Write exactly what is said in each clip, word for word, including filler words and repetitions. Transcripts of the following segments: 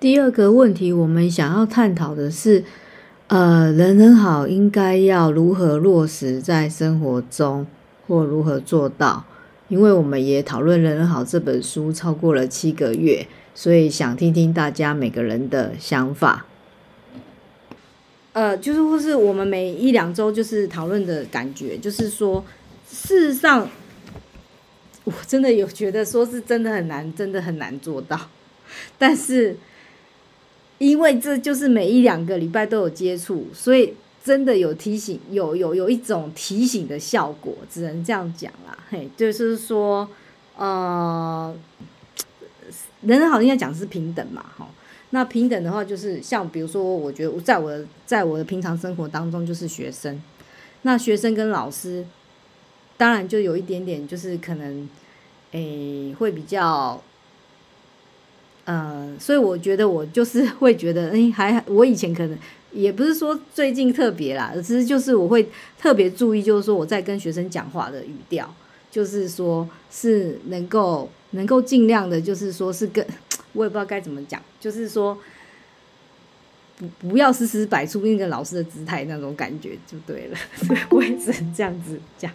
第二个问题，我们想要探讨的是，呃，人人好应该要如何落实在生活中，或如何做到？因为我们也讨论《人人好》这本书超过了七个月，所以想听听大家每个人的想法。呃，就是或是我们每一两周就是讨论的感觉，就是说，事实上，我真的有觉得说是真的很难，真的很难做到，但是。因为这就是每一两个礼拜都有接触，所以真的有提醒，有有有一种提醒的效果，只能这样讲啦。嘿，就是说，呃，人人好应该讲是平等嘛，哈。那平等的话，就是像比如说，我觉得在我的在我的平常生活当中，就是学生，那学生跟老师，当然就有一点点，就是可能，诶，会比较。呃，所以我觉得我就是会觉得，哎，还我以前可能也不是说最近特别啦，只是就是我会特别注意，就是说我在跟学生讲话的语调，就是说是能够能够尽量的，就是说是跟我也不知道该怎么讲，就是说不不要时时摆出那个老师的姿态那种感觉就对了，所以我也只能这样子讲。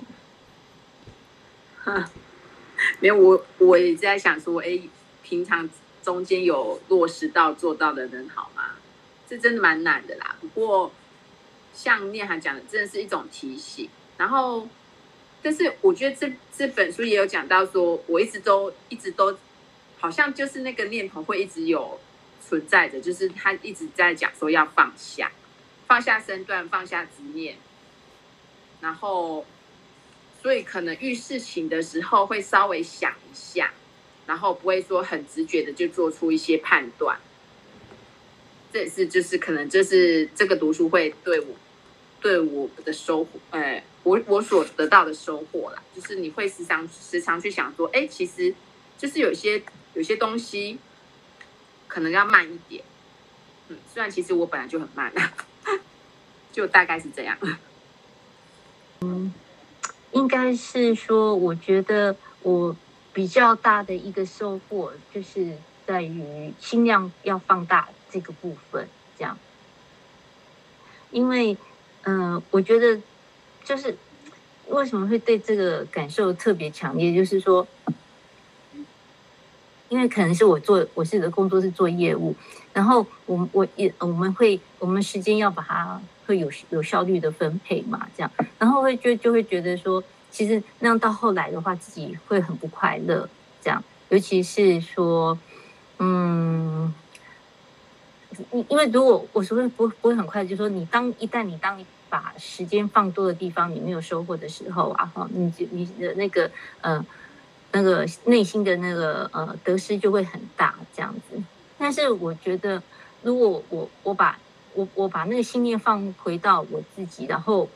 没有，我我也在想说，哎，平常。中间有落实到做到的人好吗？这真的蛮难的啦。不过像念涵讲的，真的是一种提醒。然后，但是我觉得这这本书也有讲到说，我一直都一直都好像就是那个念头会一直有存在的，就是他一直在讲说要放下，放下身段，放下执念。然后，所以可能遇事情的时候会稍微想一下。然后不会说很直觉的就做出一些判断，这也是就是可能就是这个读书会对我对我的收获，呃，我我所得到的收获啦，就是你会时常时常去想说，哎，其实就是有些有些东西可能要慢一点，嗯，虽然其实我本来就很慢啊，就大概是这样。 嗯，应该是说，我觉得我。比较大的一个收获就是在于心量要放大这个部分，这样，因为，嗯、呃，我觉得就是为什么会对这个感受特别强烈，就是说，因为可能是我做我是的工作是做业务，然后我我也我们会我们时间要把它会有有效率的分配嘛，这样，然后会就就会觉得说。其实那样到后来的话，自己会很不快乐，这样，尤其是说，嗯，因为如果我说不不会很快，就是说你当一旦你当你把时间放多的地方，你没有收获的时候啊，哈，你你的那个呃那个内心的那个呃得失就会很大，这样子。但是我觉得，如果我我把我我把那个信念放回到我自己，然后。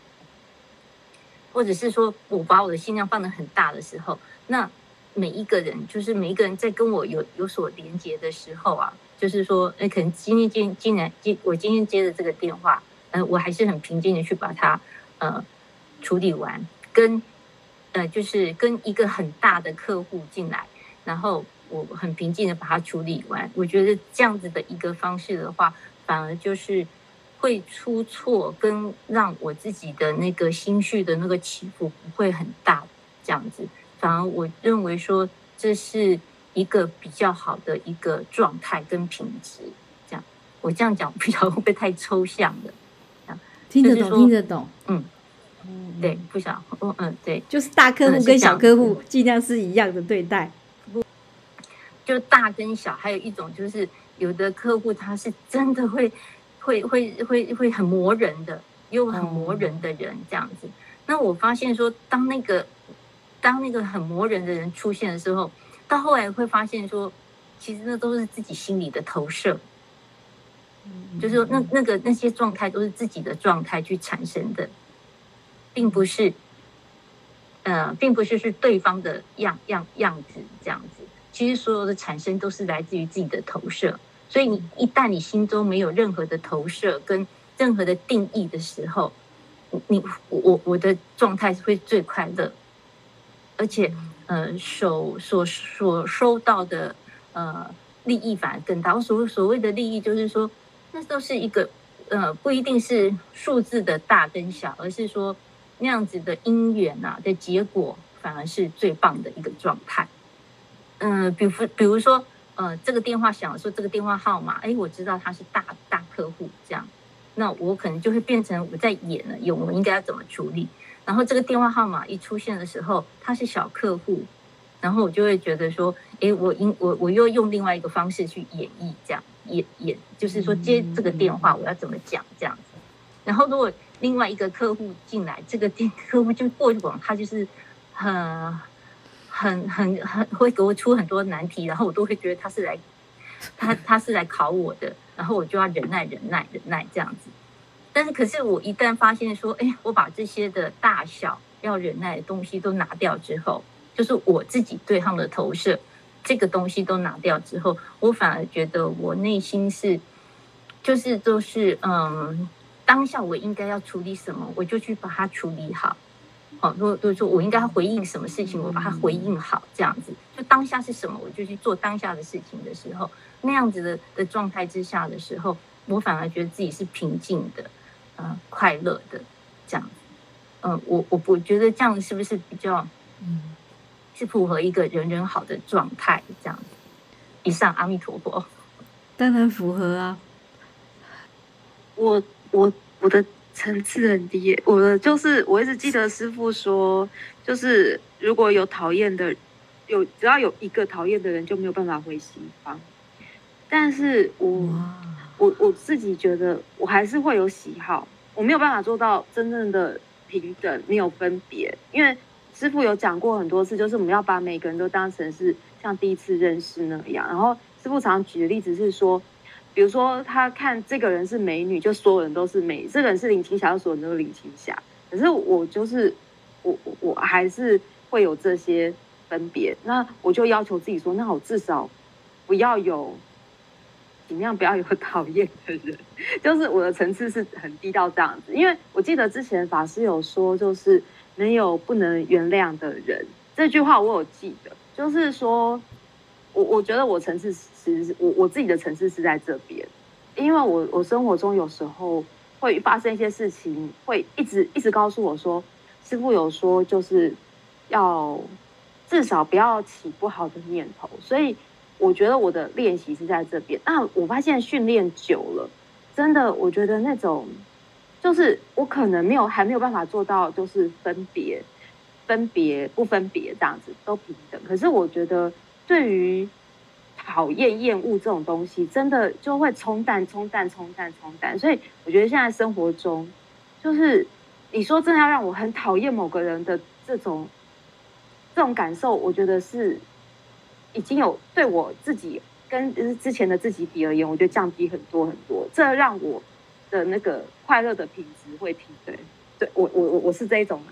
或者是说我把我的心量放得很大的时候，那每一个人就是每一个人在跟我有有所连接的时候啊，就是说，哎，可能今天今今然今我今天接的这个电话，呃，我还是很平静的去把它呃处理完，跟呃就是跟一个很大的客户进来，然后我很平静的把它处理完。我觉得这样子的一个方式的话，反而就是。会出错，跟让我自己的那个心绪的那个起伏不会很大，这样子，反而我认为说这是一个比较好的一个状态跟品质。这样，我这样讲比较会不会太抽象的？ 听得懂，听得懂。 嗯，对，不想，嗯嗯，对， 就是大客户跟小客户尽量是一样的对待。 就大跟小，还有一种就是有的客户他是真的会。会会会会很磨人的，又很磨人的人这样子。嗯、那我发现说，当那个当那个很磨人的人出现的时候，到后来会发现说，其实那都是自己心里的投射，嗯、就是说那那个那些状态都是自己的状态去产生的，并不是呃，并不是是对方的样样样子这样子。其实所有的产生都是来自于自己的投射。所以你一旦你心中没有任何的投射跟任何的定义的时候，你我我的状态会最快乐，而且呃手所所收到的呃利益反而更大。我所所谓的利益就是说，那都是一个呃不一定是数字的大跟小，而是说那样子的因缘啊的结果，反而是最棒的一个状态。嗯、呃，比如比如说呃这个电话响了，说这个电话号码，哎，我知道他是大大客户这样。那我可能就会变成我在演了，演我应该要怎么处理。然后这个电话号码一出现的时候，他是小客户，然后我就会觉得说，哎，我应我我又用另外一个方式去演绎，这样演演，就是说接这个电话我要怎么讲这样子。然后如果另外一个客户进来，这个电客户就过往，他就是很很很很会给我出很多难题，然后我都会觉得他是来他他是来考我的。然后我就要忍耐、忍耐、忍耐这样子。但是，可是我一旦发现说，哎，我把这些的大小要忍耐的东西都拿掉之后，就是我自己对他们的投射，这个东西都拿掉之后，我反而觉得我内心是，就是都是嗯，当下我应该要处理什么，我就去把它处理好。哦，如果就是说我应该要回应什么事情，我把它回应好，这样子，就当下是什么，我就去做当下的事情的时候。那样子的的状态之下的时候，我反而觉得自己是平静的，呃，快乐的这样子。嗯、呃，我我我觉得这样是不是比较，嗯，是符合一个人人好的状态这样子？以上，阿弥陀佛。 当然符合啊。 我我我的层次很低耶，我的就是我一直记得师父说，就是如果有讨厌的，有只要有一个讨厌的人，就没有办法回西方。但是我我我自己觉得我还是会有喜好，我没有办法做到真正的平等，没有分别。因为师父有讲过很多次，就是我们要把每个人都当成是像第一次认识那样。然后师父常举的例子是说，比如说他看这个人是美女，就所有人都是美；这个人是林青霞，就所有人都是林青霞。可是我就是我我还是会有这些分别，那我就要求自己说，那我至少不要有。尽量不要有讨厌的人，就是我的层次是很低到这样子。因为我记得之前法师有说，就是没有不能原谅的人，这句话我有记得，就是说我我觉得我层次其实我我自己的层次是在这边，因为我我生活中有时候会发生一些事情，会一直一直告诉我说，师父有说就是要至少不要起不好的念头，所以。我觉得我的练习是在这边，那我发现训练久了，真的，我觉得那种，就是我可能没有还没有办法做到，就是分别、分别不分别这样子都平等。可是我觉得，对于讨厌、厌恶这种东西，真的就会冲淡、冲淡、冲淡、冲淡。所以我觉得现在生活中，就是你说真的要让我很讨厌某个人的这种这种感受，我觉得是。已经有对我自己跟之前的自己比而言，我觉得降低很多很多，这让我的那个快乐的品质会提升。对我我我我是这一种、啊。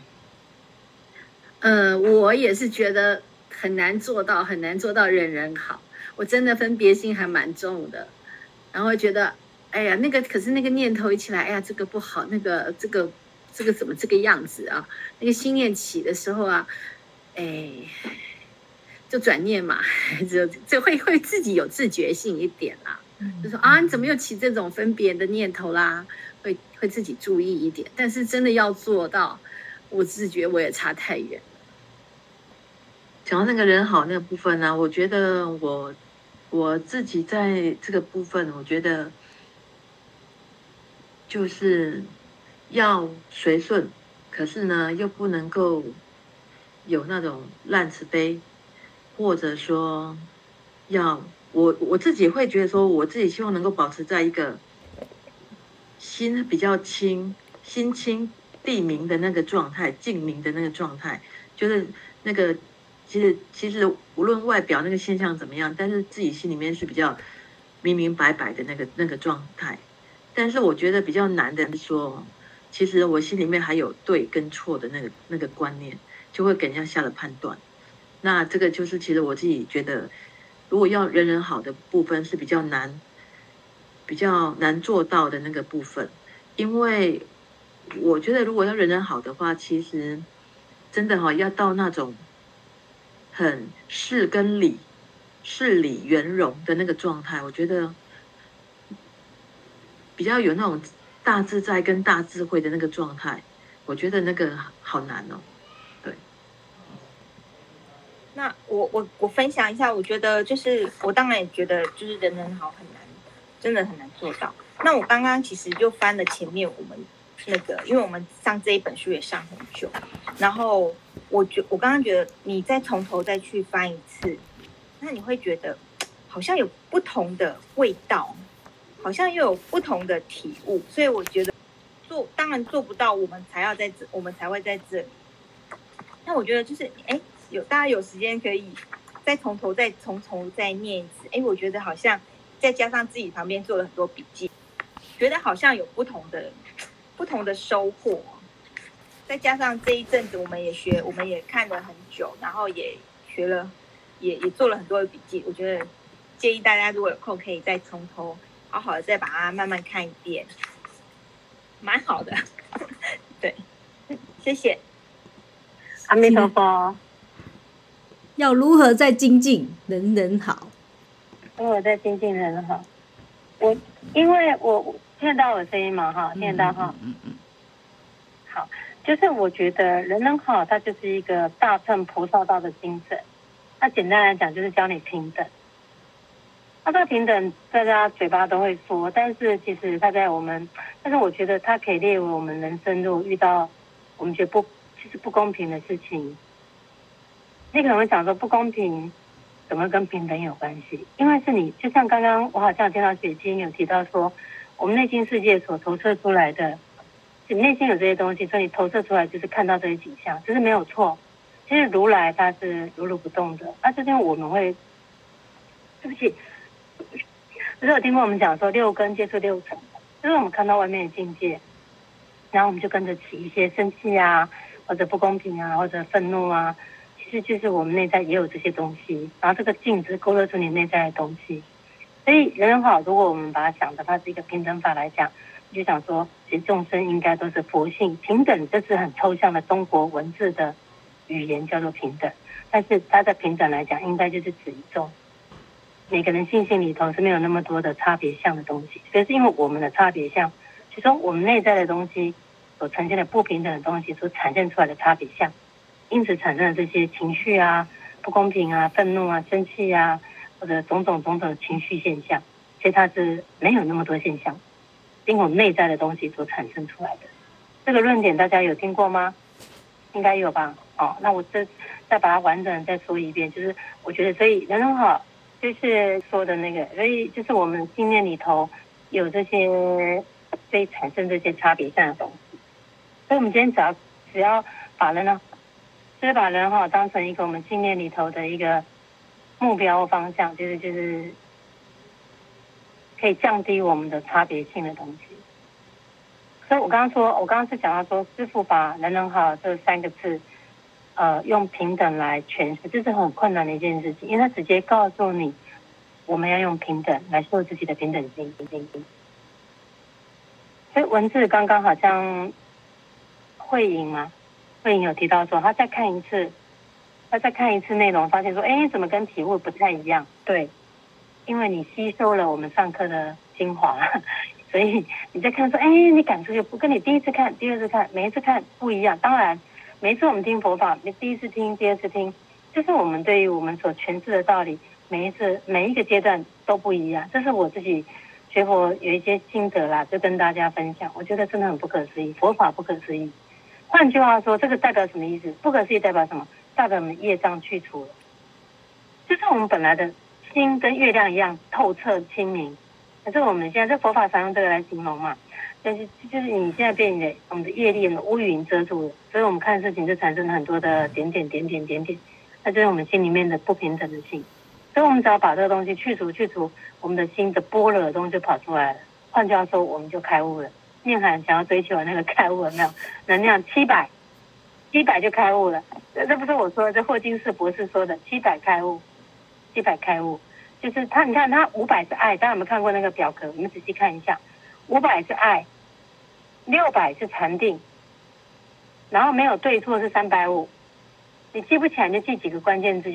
嗯，我也是觉得很难做到，很难做到人人好。我真的分别心还蛮重的，然后觉得，哎呀，那个可是那个念头一起来，哎呀，这个不好，那个这个这个怎么这个样子啊？那个心念起的时候啊，哎。就转念嘛，就就会会自己有自觉性一点啦，就说啊，你怎么又起这种分别的念头啦？会会自己注意一点，但是真的要做到，我自觉我也差太远了。 讲到那个人好那个部分呢、啊，我觉得我我自己在这个部分，我觉得就是要随顺，可是呢又不能够有那种烂慈悲。或者说，要我我自己会觉得说，我自己希望能够保持在一个心比较清、心清地明的那个状态，静明的那个状态，就是那个其实其实无论外表那个现象怎么样，但是自己心里面是比较明明白白的那个那个状态。但是我觉得比较难的是说，其实我心里面还有对跟错的那个那个观念，就会给人家下了判断。那这个就是其实我自己觉得，如果要人人好的部分是比较难，比较难做到的那个部分，因为我觉得如果要人人好的话，其实真的哈、哦、要到那种很事跟理事理圆融的那个状态，我觉得比较有那种大自在跟大智慧的那个状态，我觉得那个好难哦。对。 那我我我分享一下，我觉得就是我当然也觉得就是人人好很难，真的很难做到。那我刚刚其实就翻了前面我们那个，因为我们上这一本书也上很久，然后我觉我刚刚觉得你再从头再去翻一次，那你会觉得好像有不同的味道，好像又有不同的体悟，所以我觉得做当然做不到，我们才要在这，我们才会在这里。那我觉得就是哎。有大家有时间可以再从头再从头再念一次，哎，我觉得好像再加上自己旁边做了很多笔记，觉得好像有不同的不同的收获。再加上这一阵子我们也学，我们也看了很久，然后也学了，也也做了很多的笔记。我觉得建议大家如果有空，可以再从头好好的再把它慢慢看一遍，蛮好的。对，谢谢。 阿弥陀佛。 要如何再精进？人人好。 如何再精进？人人好。我因为我听得到我的声音嘛，哈，听得到哈。嗯嗯。好，就是我觉得人人好，它就是一个大乘菩萨道的精神。那简单来讲，就是教你平等。那这个平等，大家嘴巴都会说，但是其实它在我们，但是我觉得它可以列为我们人生如果遇到我们觉得不其实不公平的事情。你可能会想说不公平怎么跟平等有关系？因为是你就像刚刚我好像听到雪晶有提到说，我们内心世界所投射出来的，你内心有这些东西，所以你投射出来就是看到这些景象，这是没有错。其实如来他是如如不动的，那这边我们会，对不起，不是有听过我们讲说六根接触六尘，就是我们看到外面的境界，然后我们就跟着起一些生气啊，或者不公平啊，或者愤怒啊。其实就是我们内在也有这些东西，然后这个镜子勾勒出你内在的东西。所以人人好，如果我们把它想的它是一个平等法来讲，就想说其实众生应该都是佛性平等，这是很抽象的中国文字的语言叫做平等，但是它的平等来讲应该就是指一众，每个人性性里头是没有那么多的差别相的东西，所以是因为我们的差别相，就说我们内在的东西所呈现的不平等的东西所产生出来的差别相，因此产生的这些情绪啊、不公平啊、愤怒啊、生气啊，或者种种种种的情绪现象，其实它是没有那么多现象，因为我们内在的东西所产生出来的。这个论点大家有听过吗？应该有吧。哦，那我这再把它完整再说一遍，就是我觉得，所以人人好，就是说的那个，所以就是我们信念里头有这些，所以产生这些差别上的东西。所以我们今天只要只要把人呢。就是把人哈当成一个我们信念里头的一个目标方向，就是就是可以降低我们的差别性的东西。所以我刚刚说，我刚刚是讲到说，师父把人人好这三个字，呃，用平等来诠释，这是很困难的一件事情，因为他直接告诉你，我们要用平等来说自己的平等心。所以文字刚刚好像慧颖嘛。慧颖有提到说，他再看一次，他再看一次内容，发现说，哎，怎么跟体悟不太一样？对，因为你吸收了我们上课的精华，所以你在看说，哎，你感触就不跟你第一次看、第二次看，每一次看不一样。当然，每一次我们听佛法，你第一次听、第二次听，就是我们对于我们所诠释的道理，每一次每一个阶段都不一样。这是我自己学佛有一些心得啦，就跟大家分享。我觉得真的很不可思议，佛法不可思议。换句话说，这个代表什么意思？不可思议代表什么？代表我们业障去除了，就是我们本来的心跟月亮一样透彻清明。可是我们现在在佛法常用这个来形容嘛，但是就是你现在被你的我们的业力的乌云遮住了，所以我们看事情就产生了很多的点点点点点点，那就是我们心里面的不平等的性。所以我们只要把这个东西去除去除，我们的心的般若的东西就跑出来了。换句话说，我们就开悟了。念涵想要追求的那个开悟有没有？能量七百，七百就开悟了。这不是我说的，这霍金斯博士说的，七百开悟，七百开悟，就是他，你看他五百是爱，大家有没有看过那个表格？我们仔细看一下，五百是爱，六百是禅定，然后没有对错是三百五。你记不起来就记几个关键字就好。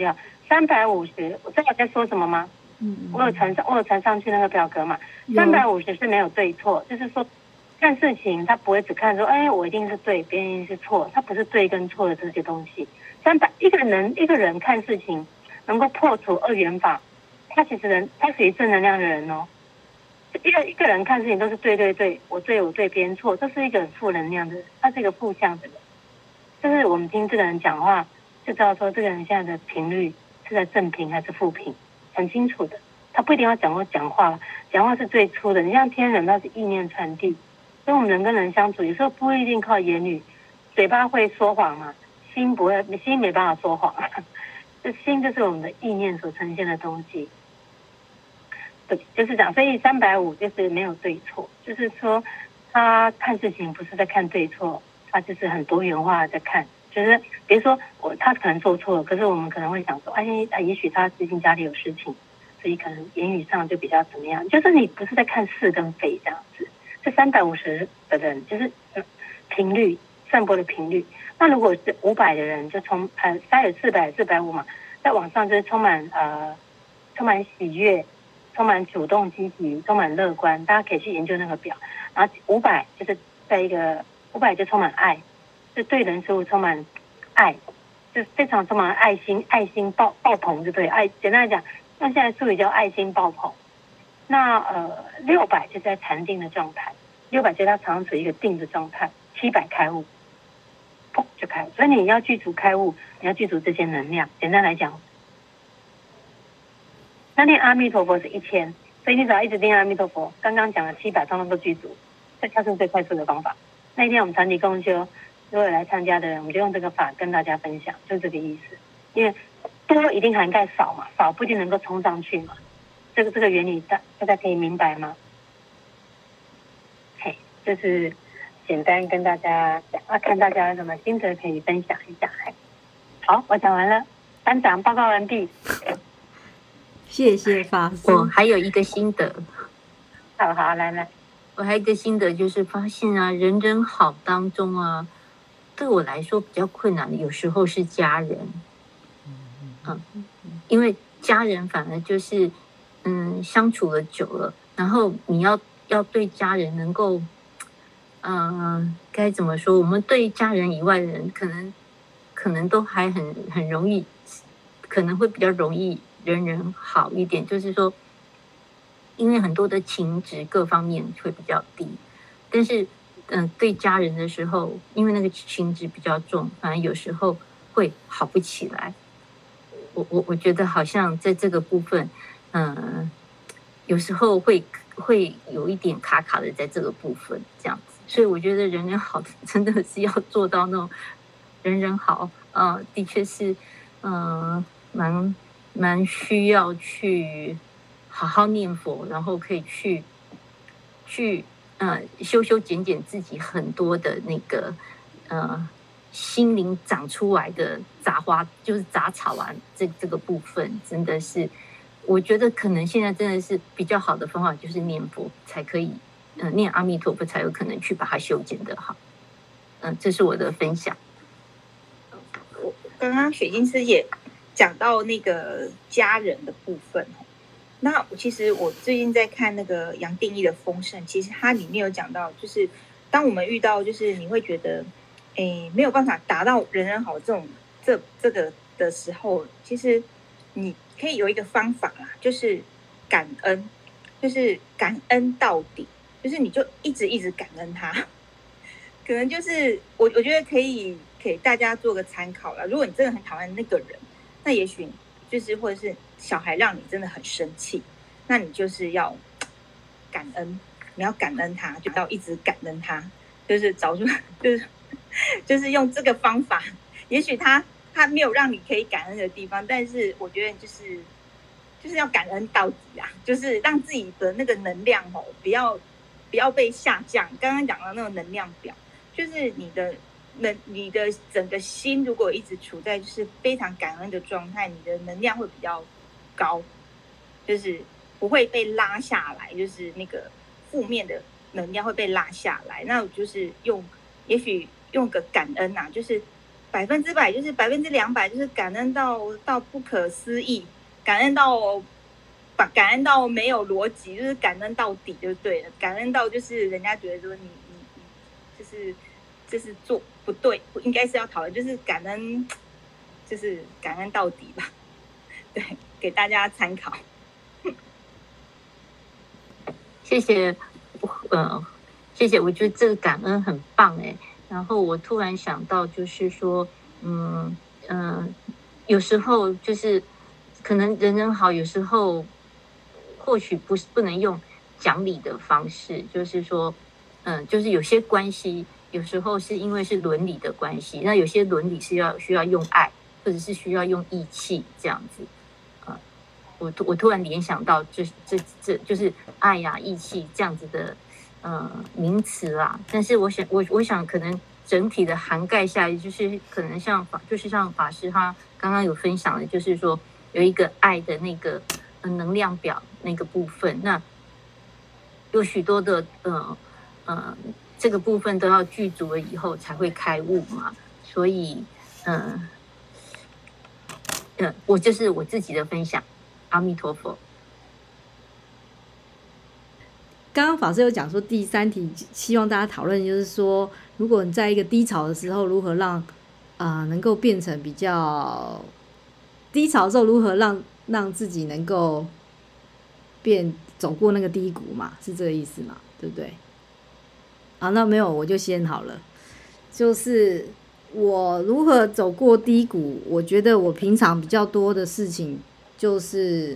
三百五十，我知道我在说什么吗？ 嗯， 我有传上，我有传上去那个表格嘛。 有三百五十是没有对错，就是说看事情他不会只看说，哎，我一定是对，别人一定是错，他不是对跟错的这些东西。三百一个人一个人看事情能够破除二元法，他其实人他属于正能量的人哦。一个一个人看事情都是对对对，我对我对别人错，这是一个很负能量的人，他是一个负向的人。就是我们听这个人讲话，就知道说这个人现在的频率是在正频还是负频，很清楚的。他不一定要讲过讲话，讲话是最初的。你像天人，他是意念传递，所以我们人跟人相处，有时候不一定靠言语，嘴巴会说谎嘛，心不会，心没办法说谎。这心就是我们的意念所呈现的东西。对，就是这样。所以三百五就是没有对错，就是说他看事情不是在看对错，他就是很多元化的在看。就是比如说我他可能做错了，可是我们可能会想说，哎，也许他最近家里有事情，所以可能言语上就比较怎么样。就是你不是在看是跟非这样子。这三百五十的人就是频率散播的频率。那如果是五百的人，就从呃三有四百四百五嘛，在网上就是充满呃充满喜悦。充满主动积极，充满乐观，大家可以去研究那个表。然后五百就是在一个五百就充满爱，就对人事物充满爱，就非常充满爱心，爱心爆爆棚，就对爱。简单来讲，那现在术语叫爱心爆棚。那呃六百就在禅定的状态，六百就它常常处于一个定的状态。七百开悟，砰就开悟。所以你要具足开悟，你要具足这些能量。简单来讲。那念阿弥陀佛是一千，所以你只要一直念阿弥陀佛，刚刚讲的七百通通都具足，这它是最快速的方法。那一天我们团体共修，如果有来参加的人，我们就用这个法跟大家分享，就这个意思。因为多一定涵盖少嘛，少不一定能够冲上去嘛。这个这个原理大大家可以明白吗？嘿，就是简单跟大家讲，啊，看大家有什么心得可以分享一下。嘿，好，我讲完了，班长报告完毕。 谢谢法师。 我还有一个心得， 好好来来， 我还有一个心得就是发现啊，人人好当中啊，对我来说比较困难的，有时候是家人，嗯，因为家人反而就是嗯相处了久了，然后你要要对家人能够，嗯、呃，该怎么说？我们对家人以外的人，可能可能都还很很容易，可能会比较容易。人人好一点，就是说，因为很多的情值各方面会比较低，但是，嗯、呃，对家人的时候，因为那个情值比较重，反而有时候会好不起来。我我我觉得好像在这个部分，嗯、呃，有时候会会有一点卡卡的在这个部分这样子，所以我觉得人人好真的是要做到那种人人好，呃，的确是，嗯、呃，蛮。蛮需要去好好念佛，然后可以去去呃修修剪剪自己很多的那个呃心灵长出来的杂花，就是杂草啊，这这个部分真的是，我觉得可能现在真的是比较好的方法就是念佛才可以，嗯、呃，念阿弥陀佛才有可能去把它修剪得好。嗯、呃，这是我的分享。 我刚刚雪晶师也讲到那个家人的部分，那其实我最近在看那个杨定一的《丰盛》，其实它里面有讲到，就是当我们遇到就是你会觉得，诶没有办法达到人人好这种这这个的时候，其实你可以有一个方法啦，就是感恩，就是感恩到底，就是你就一直一直感恩他，可能就是我我觉得可以给大家做个参考啦。如果你真的很讨厌那个人，那也许就是或者是小孩让你真的很生气，那你就是要感恩，你要感恩他，就要一直感恩他，就是找出就是就是用这个方法。也许他他没有让你可以感恩的地方，但是我觉得就是就是要感恩到底啊，就是让自己的那个能量哦不要不要被下降。刚刚讲到那个能量表，就是你的。能你的整个心如果一直处在就是非常感恩的状态，你的能量会比较高，就是不会被拉下来，就是那个负面的能量会被拉下来。那我就是用，也许用个感恩啊，就是百分之百，就是百分之两百，就是感恩到到不可思议，感恩到把感恩到没有逻辑，就是感恩到底就对了，感恩到就是人家觉得说你你你就是就是做不对，应该是要讨论，就是感恩，就是感恩到底吧，对，给大家参考。 谢谢，呃，谢谢，我觉得这个感恩很棒哎。然后我突然想到，就是说，嗯嗯、呃，有时候就是可能人人好，有时候或许不是不能用讲理的方式，就是说，嗯、呃，就是有些关系，有时候是因为是伦理的关系，那有些伦理是要需要用爱，或者是需要用义气这样子。我我突然联想到这，这这这就是爱呀、啊、义气这样子的呃名词啦。但是我想，我我想可能整体的涵盖下来，就是可能像法，就是像法师他刚刚有分享的，就是说有一个爱的那个、呃、能量表那个部分，那有许多的呃呃这个部分都要具足了以后才会开悟嘛。所以嗯嗯、呃呃，我就是我自己的分享。阿弥陀佛。 刚刚法师有讲说，第三题希望大家讨论，就是说，如果你在一个低潮的时候，如何让啊、呃、能够变成比较低潮的时候，如何让让自己能够变走过那个低谷嘛，是这个意思嘛？对不对？啊，那没有，我就先好了，就是我如何走过低谷，我觉得我平常比较多的事情。就是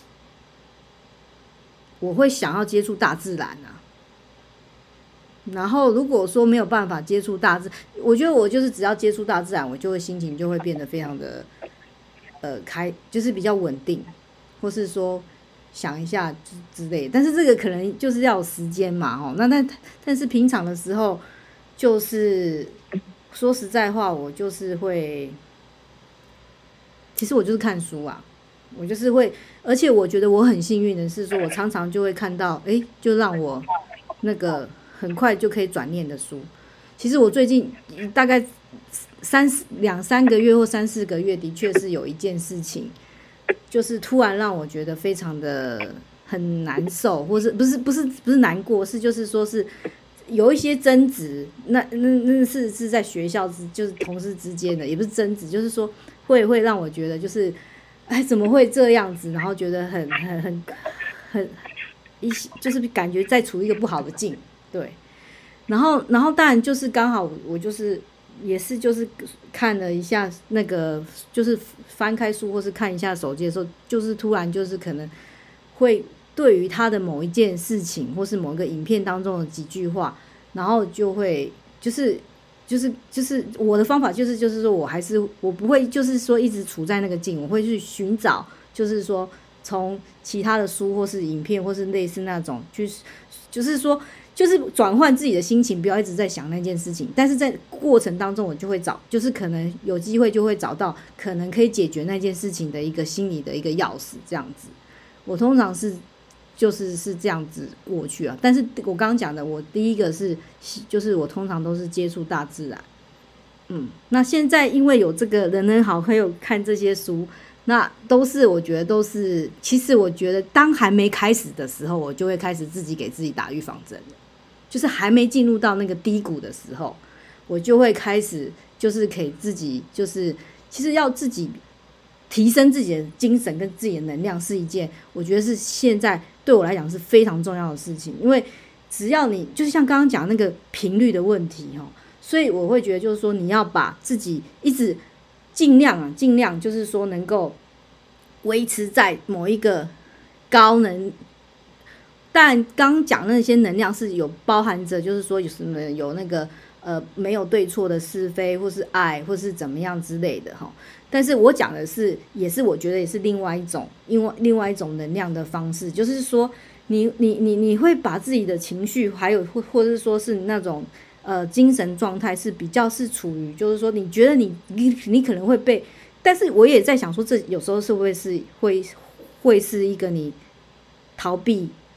我会想要接触大自然啊，然后如果说没有办法接触大自，我觉得我就是只要接触大自然，我就会心情就会变得非常的呃开，就是比较稳定，或是说想一下之类的。但是这个可能就是要有时间嘛，哦，那但但是平常的时候，就是说实在话，我就是会，其实我就是看书啊。我就是会，而且我觉得我很幸运的是说，我常常就会看到，哎，就让我那个很快就可以转念的书。其实我最近大概三两三个月或三四个月，的确是有一件事情，就是突然让我觉得非常的很难受，或是不是不是不是难过，是就是说是有一些争执，那那那是是在学校之就是同事之间的，也不是争执，就是说会会让我觉得就是。哎，怎么会这样子？然后觉得很很很很一就是感觉在处于一个不好的境，对。然后然后当然就是刚好我就是也是就是看了一下那个就是翻开书或是看一下手机的时候，就是突然就是可能会对于他的某一件事情或是某一个影片当中的几句话，然后就会就是。就是就是我的方法就是就是说我还是我不会就是说一直处在那个境，我会去寻找，就是说从其他的书或是影片或是类似那种，就是就是说就是转换自己的心情，不要一直在想那件事情。但是在过程当中，我就会找，就是可能有机会就会找到可能可以解决那件事情的一个心理的一个钥匙，这样子。我通常是。就是是这样子过去啊，但是我刚刚讲的，我第一个是，就是我通常都是接触大自然，嗯，那现在因为有这个人人好，还有看这些书，那都是我觉得都是，其实我觉得当还没开始的时候，我就会开始自己给自己打预防针了，就是还没进入到那个低谷的时候，我就会开始就是给自己，就是其实要自己提升自己的精神跟自己的能量，是一件我觉得是现在。对我来讲是非常重要的事情，因为只要你就是像刚刚讲那个频率的问题哦，所以我会觉得就是说你要把自己一直尽量啊尽量就是说能够维持在某一个高能，但刚刚讲那些能量是有包含着就是说有什么有那个呃没有对错的是非或是爱或是怎么样之类的哈。但是我讲的是，也是我觉得也是另外一种，因为另外一种能量的方式，就是说你你你你会把自己的情绪，还有或或者是说是那种呃精神状态是比较是处于，就是说你觉得你你你可能会被，但是我也在想说，这有时候是不会是会会是一个你逃避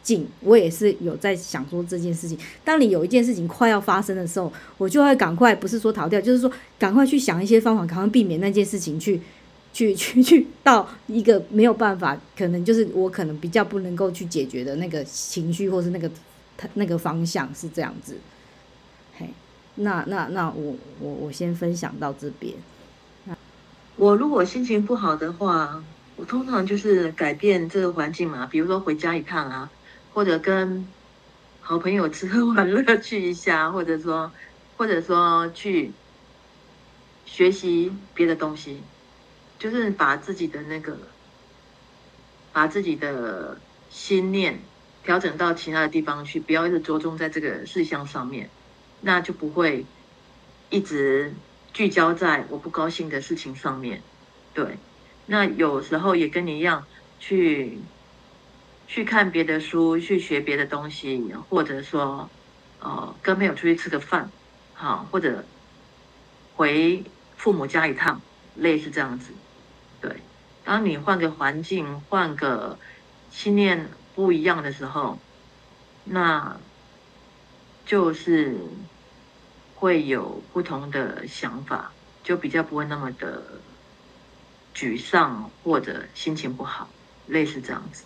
境，我也是有在想说这件事情。当你有一件事情快要发生的时候，我就会赶快，不是说逃掉，就是说赶快去想一些方法，赶快避免那件事情去去去去到一个没有办法，可能就是我可能比较不能够去解决的那个情绪，或是那个那个方向是这样子。嘿，那那那我我我先分享到这边。 我如果心情不好的话，我通常就是改变这个环境嘛，比如说回家一趟啊，或者跟好朋友吃喝玩乐去一下，或者说或者说去学习别的东西，就是把自己的那个把自己的心念调整到其他的地方去，不要一直着重在这个事项上面，那就不会一直聚焦在我不高兴的事情上面。对，那有时候也跟你一样，去去看别的书，去学别的东西，或者说呃跟朋友出去吃个饭，好，或者回父母家一趟，类似这样子。对，当你换个环境，换个信念不一样的时候，那就是会有不同的想法，就比较不会那么的沮丧或者心情不好，类似这样子，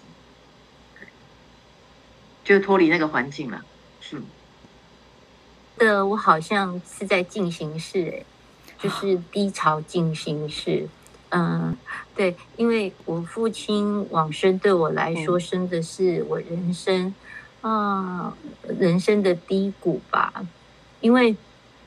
就脱离那个环境了。是的，我好像是在进行式，哎，就是低潮进行式。嗯，对，因为我父亲往生对我来说，真的是我人生啊、呃、人生的低谷吧，因为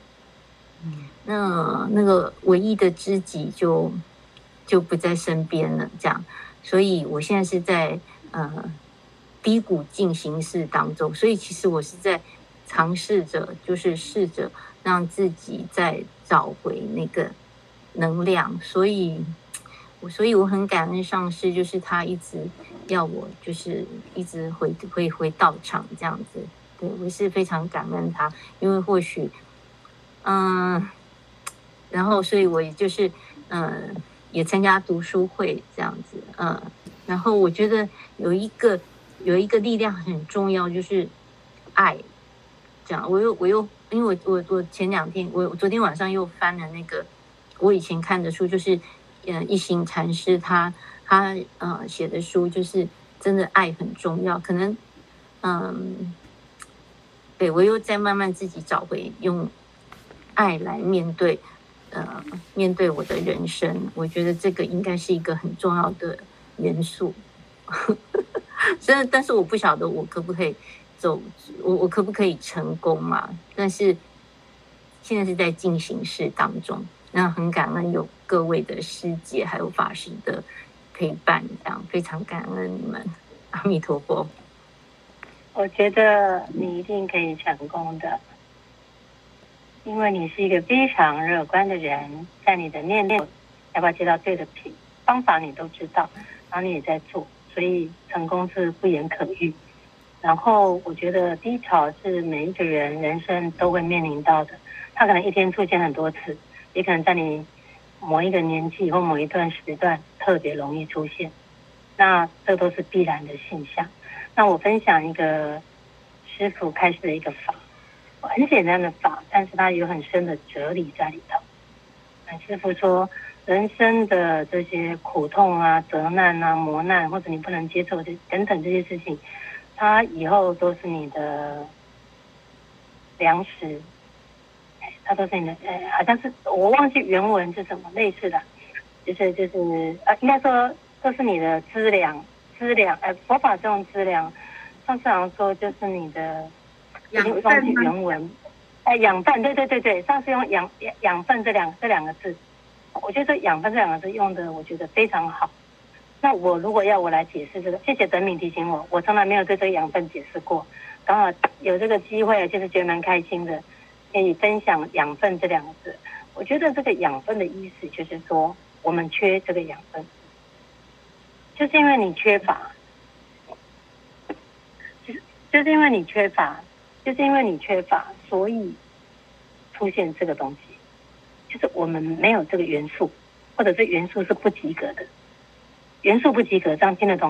那那个唯一的知己就就不在身边了，这样，所以我现在是在呃低谷进行式当中，所以其实我是在尝试着，就是试着让自己再找回那个能量，所以我所以我很感恩上师，就是他一直要我就是一直回回回道场这样子，对，我是非常感恩他，因为或许嗯，然后所以我也就是嗯也参加读书会这样子，嗯，然后我觉得有一个有一个力量很重要，就是爱，这样，我又我又因为我我我前两天我昨天晚上又翻了那个我以前看的书，就是嗯一行禅师他他呃写的书，就是真的爱很重要，可能嗯对我又在慢慢自己找回用爱来面对呃面对我的人生，我觉得这个应该是一个很重要的元素。真的，但是我不晓得我可不可以走，我我可不可以成功嘛？但是现在是在进行式当中，那很感恩有各位的师姐还有法师的陪伴，这样非常感恩你们，阿弥陀佛。 我觉得你一定可以成功的，因为你是一个非常乐观的人，在你的念念要不要接到对的品方法你都知道，然后你也在做，所以成功是不言可喻。然后我觉得低潮是每一个人人生都会面临到的，它可能一天出现很多次，也可能在你某一个年纪或某一段时段特别容易出现，那这都是必然的现象。那我分享一个师父开始的一个法，很简单的法，但是它有很深的哲理在里头。师父说，人生的这些苦痛啊、责难啊、磨难，或者你不能接受的等等这些事情，它以后都是你的粮食，它都是你的，呃，好像是我忘记原文是什么类似的，就是就是呃，应该说都是你的资粮。资粮，呃，佛法这种资粮，上次好像说就是你的养分忘记原文，哎、呃，养分，对对对对，上次用养养分这两这两个字，我觉得养分这两个字用的我觉得非常好。那我如果要我来解释这个，谢谢德敏提醒我，我从来没有对这个养分解释过，刚好有这个机会，就是觉得蛮开心的，可以分享养分这两个字。我觉得这个养分的意思就是说，我们缺这个养分。就是因为你缺乏，就是就是因为你缺乏，就是因为你缺乏，所以出现这个东西。就是我们没有这个元素，或者是元素是不及格的，元素不及格，这样听得懂吗？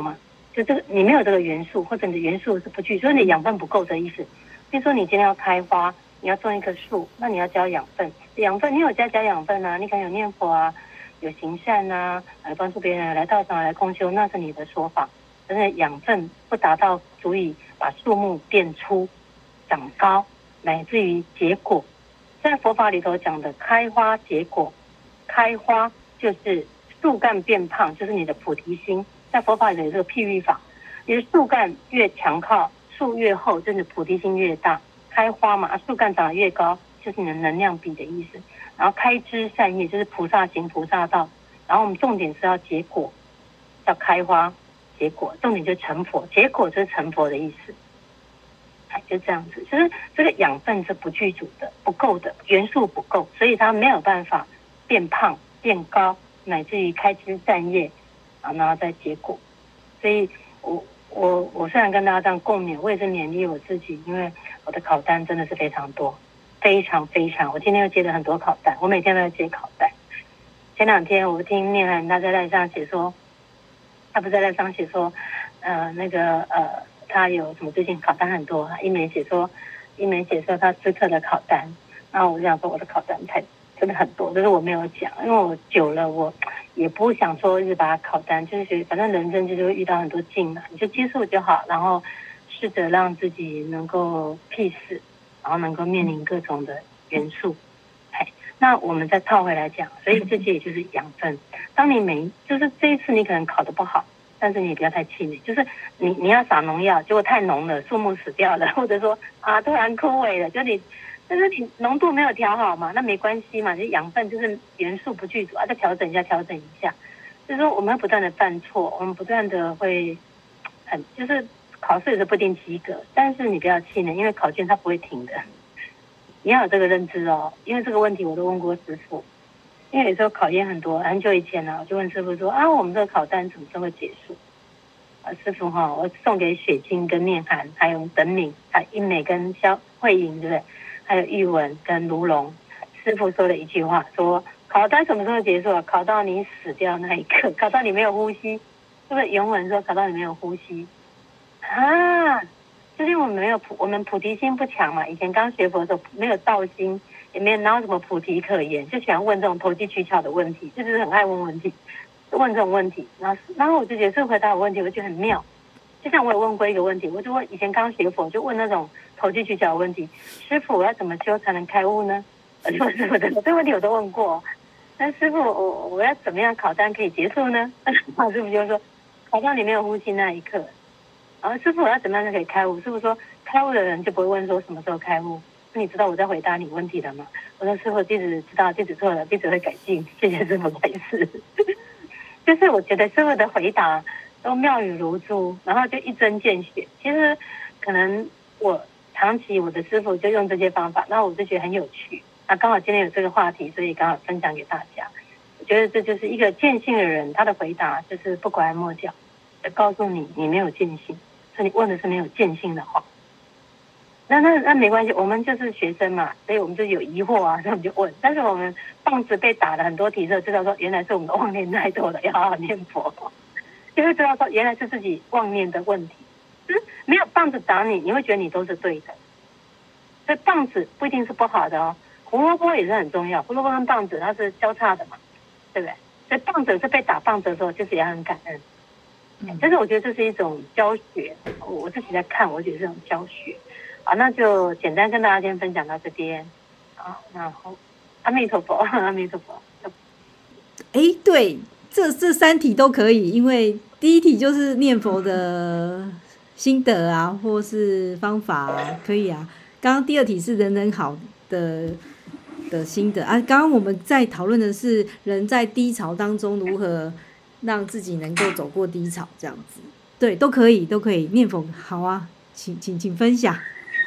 就这个你没有这个元素，或者你的元素是不具，所以你养分不够的意思。比如说你今天要开花，你要种一棵树，那你要加养分，养分你有加加养分啊，你可能有念佛啊，有行善啊，来帮助别人，来道场来共修，那是你的说法。但是养分不达到足以把树木变粗、长高，乃至于结果。在佛法里头讲的开花结果，开花就是树干变胖，就是你的菩提心。在佛法里有这个譬喻法，你的树干越强靠，树越厚，就是菩提心越大。开花嘛，树干长得越高，就是你的能量比的意思。然后开枝散叶，就是菩萨行菩萨道。然后我们重点是要结果，要开花结果，重点就是成佛，结果就是成佛的意思。哎，就这样子，就是这个养分是不具足的，不够的，元素不够，所以它没有办法变胖、变高，乃至于开枝散叶啊，然后再结果。所以我我我虽然跟大家这样共勉，我也是勉励我自己，因为我的考单真的是非常多，非常非常。我今天又接了很多考单，我每天都要接考单。前两天我听念涵他在赖上写说，他不是在赖上写说，呃，那个呃。他有什么最近考单很多，一梅写说，一梅写说他私课的考单，然后我就想说我的考单太真的很多，但是我没有讲，因为我久了我也不想说一直把它考单，就是觉得反正人生就是会遇到很多境嘛，你就接受就好，然后试着让自己能够 peace， 然后能够面临各种的元素。哎，那我们再套回来讲，所以这些也就是养分。当你每就是这一次你可能考得不好。但是你不要太气馁，就是你你要撒农药，结果太浓了，树木死掉了，或者说啊突然枯萎了，就你就是你浓度没有调好嘛，那没关系嘛，就养分就是元素不具足啊，再调整一下，调整一下。就是说我们会不断的犯错，我们不断的会很就是考试也是不一定及格，但是你不要气馁，因为考卷它不会停的，你要有这个认知哦。因为这个问题我都问过师父。因为有时候考验很多，很久以前呢、啊，我就问师父说啊，我们这个考单什么时候会结束？啊，师父哈，我送给雪晶跟念涵，还有等敏，还有英美跟肖慧莹，对不对？还有玉文跟卢龙，师父说了一句话，说考单什么时候结束啊？考到你死掉那一刻，考到你没有呼吸，是不是原文说考到你没有呼吸？啊，就是我们没有菩，我们菩提心不强嘛，以前刚学佛的时候没有道心。也没有哪有什么菩提可言，就喜欢问这种投机取巧的问题，就是很爱问问题，问这种问题。然后，然后我就觉得这回答我问题，我觉得很妙。就像我也问过一个问题，我就问以前刚学佛，就问那种投机取巧的问题：师父，我要怎么修才能开悟呢？我就问师父的这个问题我都问过。那师父，我我要怎么样考单可以结束呢？那师父就说：考到你没有呼吸那一刻。然后师父，我要怎么样才可以开悟？师父说：开悟的人就不会问说什么时候开悟。你知道我在回答你问题了吗？我说师父，弟子知道，弟子错了，弟子会改进，谢谢师父开示。就是我觉得师父的回答都妙语如珠，然后就一针见血。其实可能我长期我的师父就用这些方法，那我就觉得很有趣。那刚好今天有这个话题，所以刚好分享给大家。我觉得这就是一个见性的人，他的回答就是不拐弯抹角，就告诉你你没有见性，所以你问的是没有见性的话。那那那没关系，我们就是学生嘛，所以我们就有疑惑啊，所以我们就问。但是我们棒子被打了很多题之后，知道说原来是我们的妄念太多了，要好好念佛，就会知道说原来是自己妄念的问题。就是没有棒子打你，你会觉得你都是对的。所以棒子不一定是不好的哦，胡萝卜也是很重要，胡萝卜跟棒子它是交叉的嘛，对不对？所以棒子是被打棒子的时候，就是也很感恩。嗯，但是我觉得这是一种教学，我自己在看，我觉得是一种教学。好，那就简单跟大家先分享到这边。好，然后阿弥陀佛，阿弥陀佛。 哎，对，这这三题都可以，因为第一题就是念佛的心得啊，或是方法啊，可以啊。刚刚第二题是人人好的的心得啊，刚刚我们在讨论的是人在低潮当中如何让自己能够走过低潮，这样子。对，都可以，都可以念佛。好啊，请请请分享。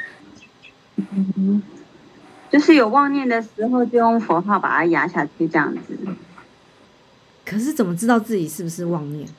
嗯，就是有妄念的时候，就用佛号把它压下去，这样子。 可是怎么知道自己是不是妄念？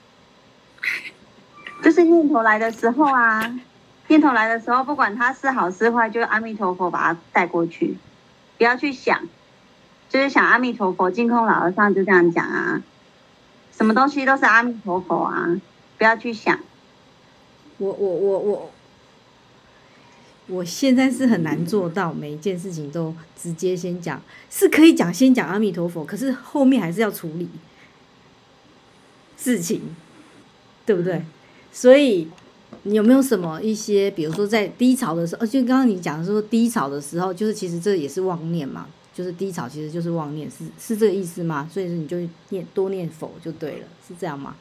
就是念头来的时候啊，念头来的时候，不管它是好是坏，就阿弥陀佛把它带过去，不要去想，就是想阿弥陀佛。净空老和尚就这样讲啊，什么东西都是阿弥陀佛啊， 不要去想。 我我我我，我现在是很难做到每一件事情都直接先讲，是可以讲先讲阿弥陀佛，可是后面还是要处理事情，对不对？所以你有没有什么一些，比如说在低潮的时候，就刚刚你讲说低潮的时候，就是其实这也是妄念嘛，就是低潮其实就是妄念，是是这个意思吗？所以你就念多念佛就对了，是这样吗？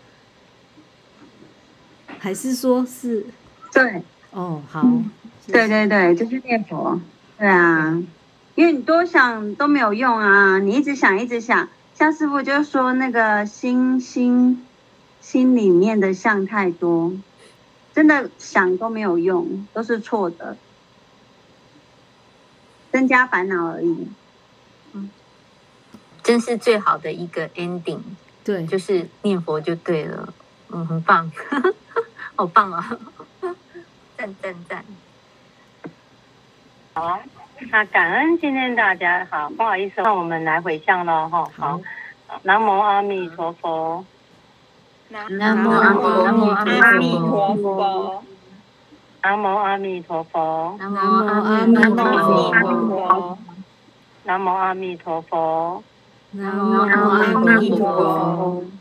还是说是？ 对， 哦，好， 嗯、对对对，就是念佛，对啊，因为你多想都没有用啊，你一直想一直想，像师父就说那个心心心里面的相太多，真的想都没有用，都是错的，增加烦恼而已。 嗯，真是最好的一个 ending， 对， 就是念佛就对了，嗯，很棒，好棒啊！赞赞赞！ 好啊，那感恩今天大家好，不好意思，那我们来回向了哈。好，南无阿弥陀佛， 南南无阿弥阿弥陀佛， 南无阿弥陀佛， 南无阿弥陀佛， 南无阿弥陀佛， 南无阿弥陀佛， 南无阿弥陀佛。